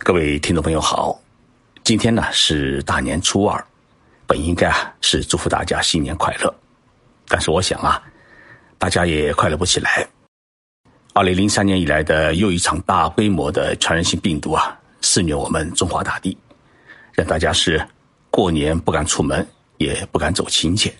各位听众朋友好，今天呢是大年初二，本应该是祝福大家新年快乐，但是我想大家也快乐不起来。2003年以来的又一场大规模的传染性病毒肆虐我们中华大地，让大家是过年不敢出门，也不敢走亲戚。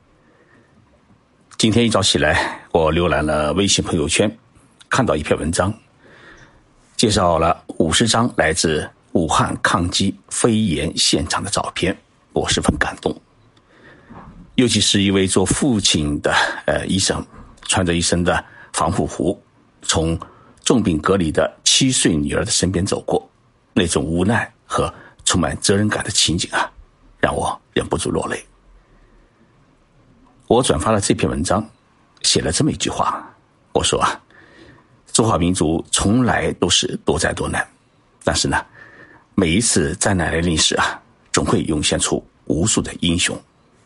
今天一早起来，我浏览了微信朋友圈，看到一篇文章，介绍了50张来自武汉抗击肺炎现场的照片，我十分感动。尤其是一位做父亲的医生，穿着一身的防护服，从重病隔离的7岁女儿的身边走过，那种无奈和充满责任感的情景让我忍不住落泪。我转发了这篇文章，写了这么一句话，我说中华民族从来都是多灾多难，但是呢，每一次灾难来临时总会涌现出无数的英雄。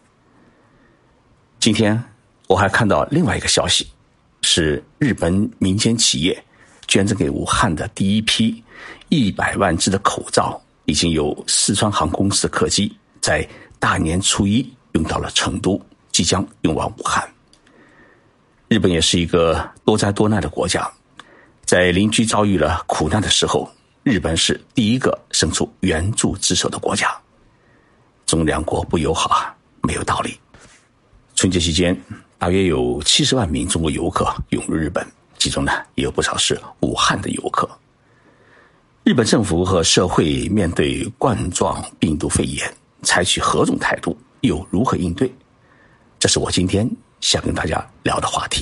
今天我还看到另外一个消息，是日本民间企业捐赠给武汉的第一批100万只的口罩，已经由四川航空公司的客机在大年初一运到了成都，即将运往武汉。日本也是一个多灾多难的国家，在邻居遭遇了苦难的时候，日本是第一个伸出援助之手的国家。中两国不友好没有道理。春节期间，大约有70万名中国游客涌入日本，其中呢也有不少是武汉的游客。日本政府和社会面对冠状病毒肺炎采取何种态度，又如何应对？这是我今天想跟大家聊的话题。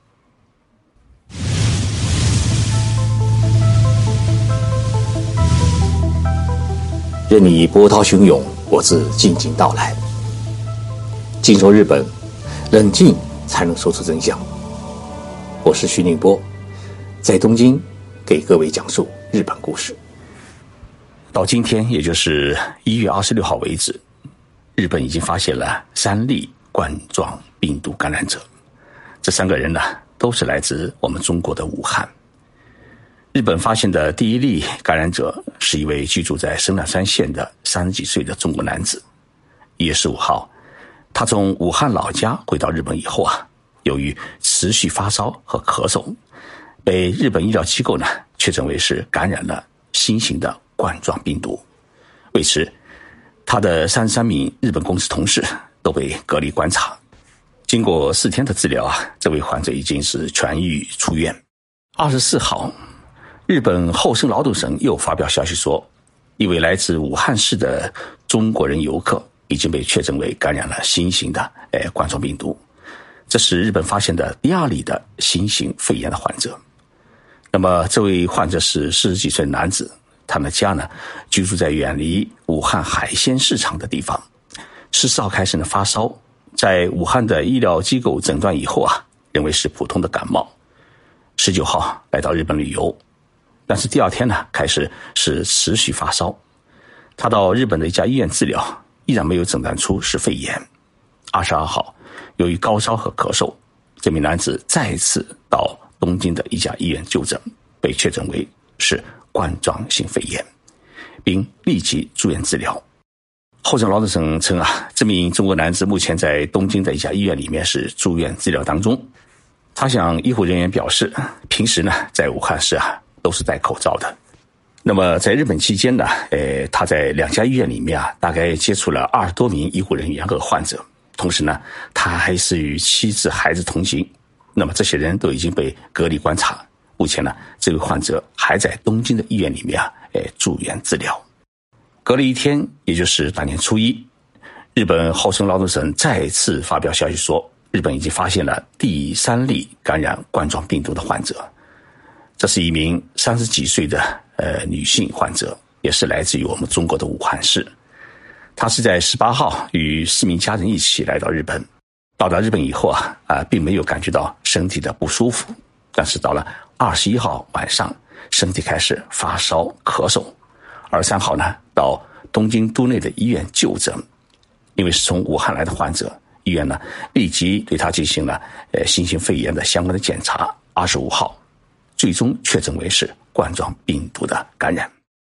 任你波涛汹涌，我自静静到来。静说日本，冷静才能说出真相。我是徐宁波，在东京给各位讲述日本故事。到今天，也就是1月26号为止，日本已经发现了3例冠状病毒感染者，这3个人呢都是来自我们中国的武汉。日本发现的第一例感染者是一位居住在神奈川县的30几岁的中国男子。1月15号，他从武汉老家回到日本以后由于持续发烧和咳嗽，被日本医疗机构呢确诊为是感染了新型的冠状病毒。为此，他的33名日本公司同事都被隔离观察。经过4天的治疗这位患者已经是痊愈出院。24号，日本厚生劳动省又发表消息说，一位来自武汉市的中国人游客已经被确诊为感染了新型的冠状病毒，这是日本发现的第2例的新型肺炎的患者。那么这位患者是40几岁的男子，他的家呢居住在远离武汉海鲜市场的地方。14号开始呢发烧，在武汉的医疗机构诊断以后认为是普通的感冒。19号来到日本旅游，但是第2天呢开始是持续发烧。他到日本的一家医院治疗，依然没有诊断出是肺炎。22号，由于高烧和咳嗽，这名男子再次到东京的一家医院就诊，被确诊为是冠状性肺炎，并立即住院治疗。厚生劳动省称这名中国男子目前在东京的一家医院里面是住院治疗当中。他向医护人员表示，平时呢在武汉市都是戴口罩的。那么在日本期间呢，他在2家医院里面大概接触了20多名医护人员和患者，同时呢他还是与妻子孩子同行。那么这些人都已经被隔离观察，目前呢这位患者还在东京的医院里面住院治疗。隔了1天，也就是大年初一，日本厚生劳动省再次发表消息说，日本已经发现了第3例感染冠状病毒的患者。这是一名30几岁的女性患者，也是来自于我们中国的武汉市。她是在18号与4名家人一起来到日本。到达日本以后并没有感觉到身体的不舒服，但是到了21号晚上，身体开始发烧咳嗽。23号呢到东京都内的医院就诊，因为是从武汉来的患者，医院呢立即对他进行了新型肺炎的相关的检查。25号最终确诊为是冠状病毒的感染。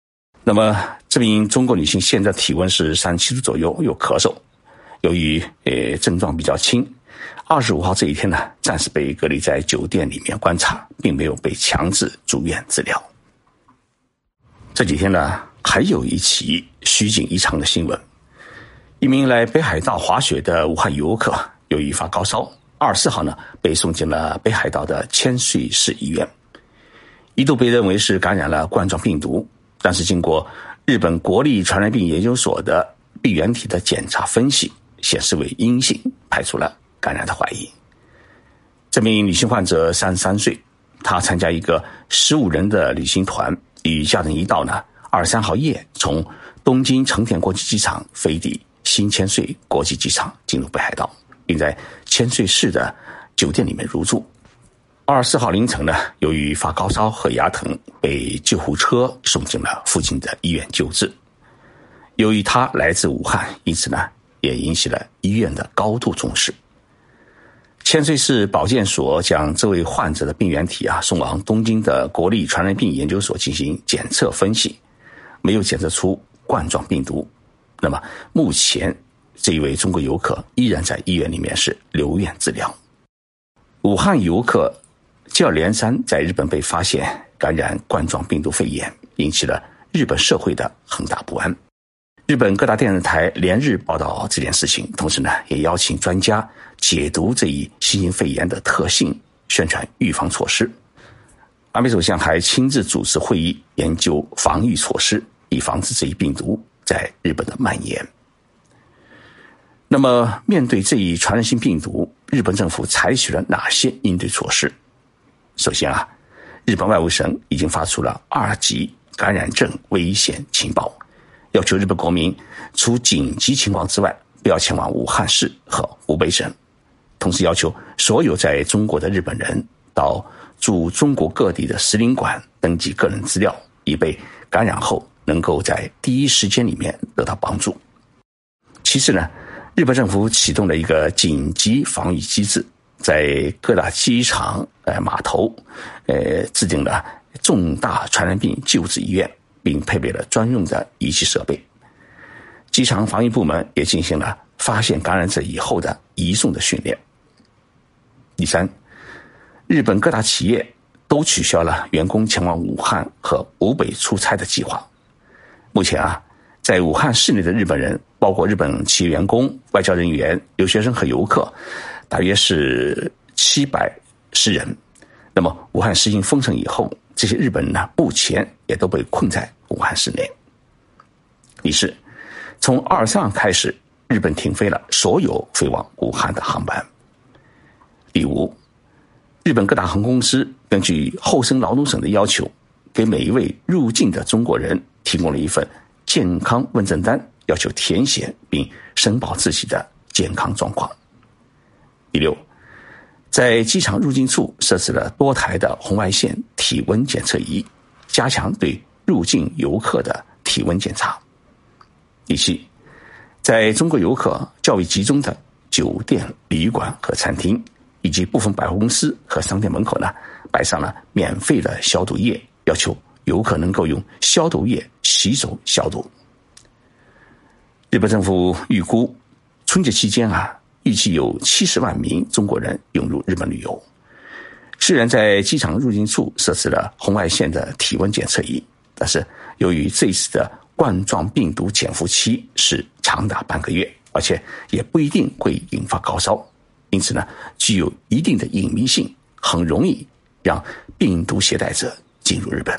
那么这名中国女性现在体温是37度左右，有咳嗽，由于症状比较轻，25号这一天呢，暂时被隔离在酒店里面观察，并没有被强制住院治疗。这几天呢，还有一起虚惊一场的新闻，一名来北海道滑雪的武汉游客，由于发高烧，24号呢被送进了北海道的千岁市医院，一度被认为是感染了冠状病毒，但是经过日本国立传染病研究所的病原体的检查分析，显示为阴性，排除了感染的怀疑。这名女性患者33岁，她参加一个15人的旅行团，与家人一道呢23号夜从东京成田国际机场飞抵新千岁国际机场，进入北海道，并在千岁市的酒店里面入住。24号凌晨呢，由于发高烧和牙疼，被救护车送进了附近的医院救治。由于他来自武汉，因此呢也引起了医院的高度重视。千岁市保健所将这位患者的病原体送往东京的国立传染病研究所进行检测分析，没有检测出冠状病毒。那么目前这一位中国游客依然在医院里面是留院治疗。武汉游客接二连三在日本被发现感染冠状病毒肺炎，引起了日本社会的很大不安。日本各大电视台连日报道这件事情，同时呢也邀请专家解读这一新型肺炎的特性，宣传预防措施。安倍首相还亲自主持会议，研究防御措施，以防止这一病毒在日本的蔓延。那么面对这一传染性病毒，日本政府采取了哪些应对措施？首先日本外务省已经发出了2级感染症危险情报，要求日本国民除紧急情况之外，不要前往武汉市和湖北省。同时要求所有在中国的日本人到驻中国各地的使领馆登记个人资料，以备感染后能够在第一时间里面得到帮助。其次呢，日本政府启动了一个紧急防御机制，在各大机场、码头，制定了重大传染病救治医院，并配备了专用的仪器设备。机场防疫部门也进行了发现感染者以后的移送的训练。第三，日本各大企业都取消了员工前往武汉和湖北出差的计划。目前在武汉市内的日本人，包括日本企业员工、外交人员、留学生和游客，大约是710人。那么武汉实行封城以后，这些日本人呢，目前也都被困在武汉市内。第四，从23号开始，日本停飞了所有飞往武汉的航班。第五，日本各大航空公司根据厚生劳动省的要求，给每一位入境的中国人提供了一份健康问诊单，要求填写并申报自己的健康状况。第六，在机场入境处设置了多台的红外线体温检测仪，加强对入境游客的体温检查。第七，在中国游客较为集中的酒店、旅馆和餐厅，以及部分百货公司和商店门口呢，摆上了免费的消毒液，要求游客能够用消毒液洗手消毒。日本政府预估春节期间预计有70万名中国人涌入日本旅游。虽然在机场入境处设置了红外线的体温检测仪，但是由于这次的冠状病毒潜伏期是长达半个月，而且也不一定会引发高烧，因此呢，具有一定的隐秘性，很容易让病毒携带者进入日本。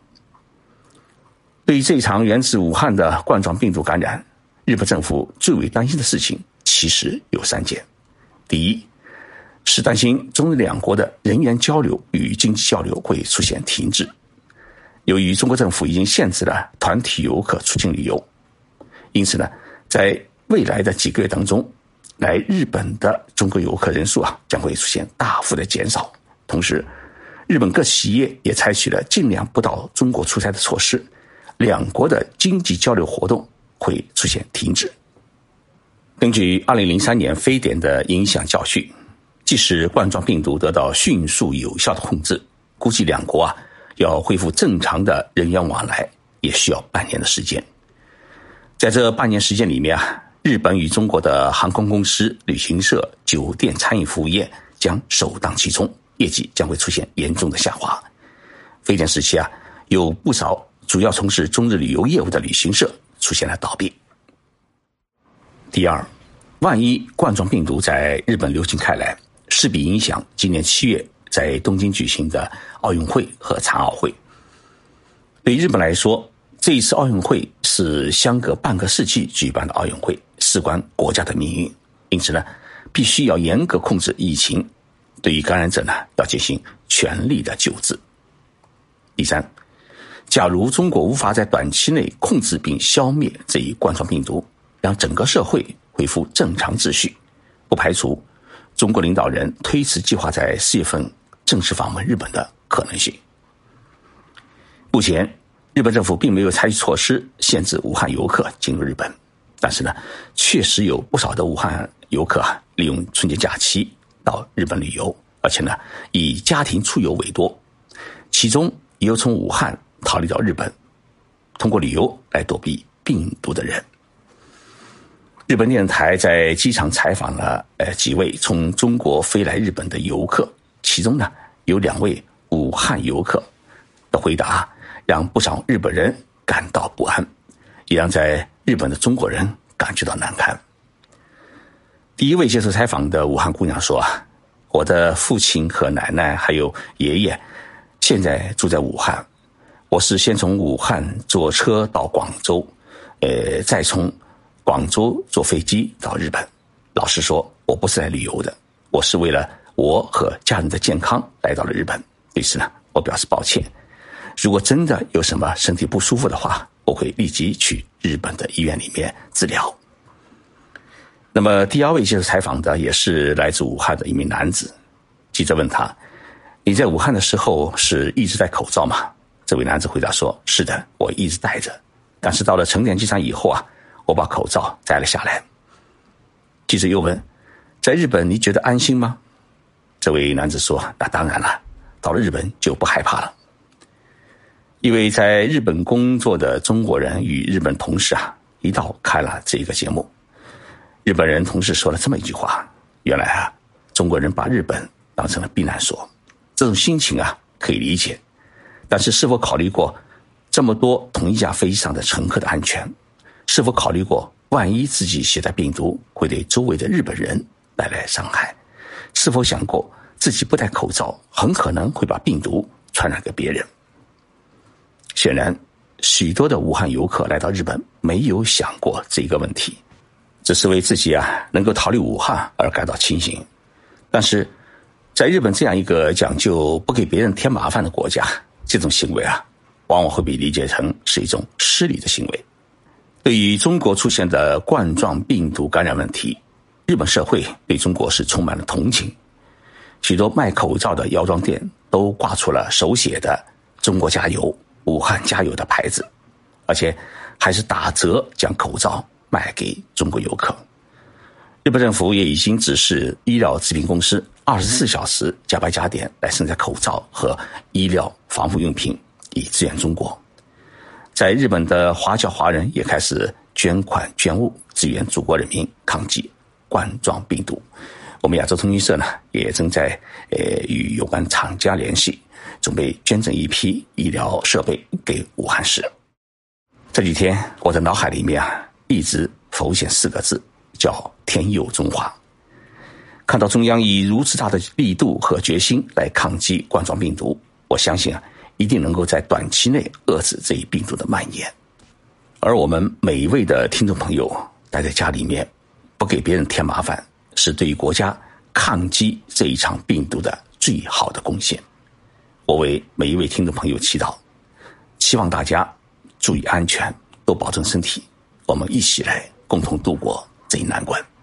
对于这场源自武汉的冠状病毒感染，日本政府最为担心的事情其实有3件。第一，是担心中日两国的人员交流与经济交流会出现停滞。由于中国政府已经限制了团体游客出境旅游，因此呢，在未来的几个月当中，来日本的中国游客人数将会出现大幅的减少。同时，日本各企业也采取了尽量不到中国出差的措施，两国的经济交流活动会出现停止。根据2003年非典的影响教训，即使冠状病毒得到迅速有效的控制，估计两国要恢复正常的人员往来， 也需要半年的时间。在这半年时间里面日本与中国的航空公司、旅行社、酒店、餐饮服务业将首当其冲，业绩将会出现严重的下滑。非典时期有不少主要从事中日旅游业务的旅行社出现了倒闭。第二，万一冠状病毒在日本流行开来，势必影响今年7月在东京举行的奥运会和残奥会。对于日本来说，这一次奥运会是相隔半个世纪举办的奥运会，事关国家的命运，因此必须要严格控制疫情，对于感染者要进行全力的救治。第三，假如中国无法在短期内控制并消灭这一冠状病毒，让整个社会恢复正常秩序，不排除中国领导人推迟计划在4月份正式访问日本的可能性。目前日本政府并没有采取措施限制武汉游客进入日本，但是确实有不少的武汉游客利用春节假期到日本旅游，而且以家庭出游为多，其中也有从武汉逃离到日本，通过旅游来躲避病毒的人。日本电视台在机场采访了几位从中国飞来日本的游客，其中有2位武汉游客的回答让不少日本人感到不安，也让在日本的中国人感觉到难堪。第一位接受采访的武汉姑娘说我的父亲和奶奶还有爷爷现在住在武汉，我是先从武汉坐车到广州，再从广州坐飞机到日本。老实说，我不是来旅游的，我是为了我和家人的健康来到了日本。对此我表示抱歉。如果真的有什么身体不舒服的话，我会立即去日本的医院里面治疗。那么第二位接受采访的也是来自武汉的一名男子，记者问他，你在武汉的时候是一直戴口罩吗？这位男子回答说，是的，我一直戴着，但是到了成田机场以后我把口罩摘了下来。记者又问，在日本你觉得安心吗？这位男子说，那当然了，到了日本就不害怕了。一位在日本工作的中国人与日本同事一道看了这个节目。日本人同事说了这么一句话，原来中国人把日本当成了避难所，这种心情可以理解，但是否考虑过这么多同一架飞机上的乘客的安全？是否考虑过万一自己携带病毒会对周围的日本人带来伤害？是否想过自己不戴口罩很可能会把病毒传染给别人？显然许多的武汉游客来到日本没有想过这个问题，只是为自己能够逃离武汉而感到庆幸。但是在日本这样一个讲究不给别人添麻烦的国家，这种行为往往会被理解成是一种失礼的行为。对于中国出现的冠状病毒感染问题，日本社会对中国是充满了同情。许多卖口罩的药妆店都挂出了手写的中国加油、武汉加油的牌子，而且还是打折将口罩卖给中国游客。日本政府也已经指示医疗制品公司24小时加班加点来生产口罩和医疗防护用品，以支援中国。在日本的华侨华人也开始捐款捐物支援祖国人民抗击冠状病毒。我们亚洲通讯社也正在与有关厂家联系，准备捐赠一批医疗设备给武汉市。这几天我的脑海里面一直浮现4个字，叫天佑中华。看到中央以如此大的力度和决心来抗击冠状病毒，我相信一定能够在短期内遏制这一病毒的蔓延。而我们每一位的听众朋友待在家里面，不给别人添麻烦，是对于国家抗击这一场病毒的最好的贡献。我为每一位听众朋友祈祷，希望大家注意安全，都保证身体，我们一起来共同度过这一难关。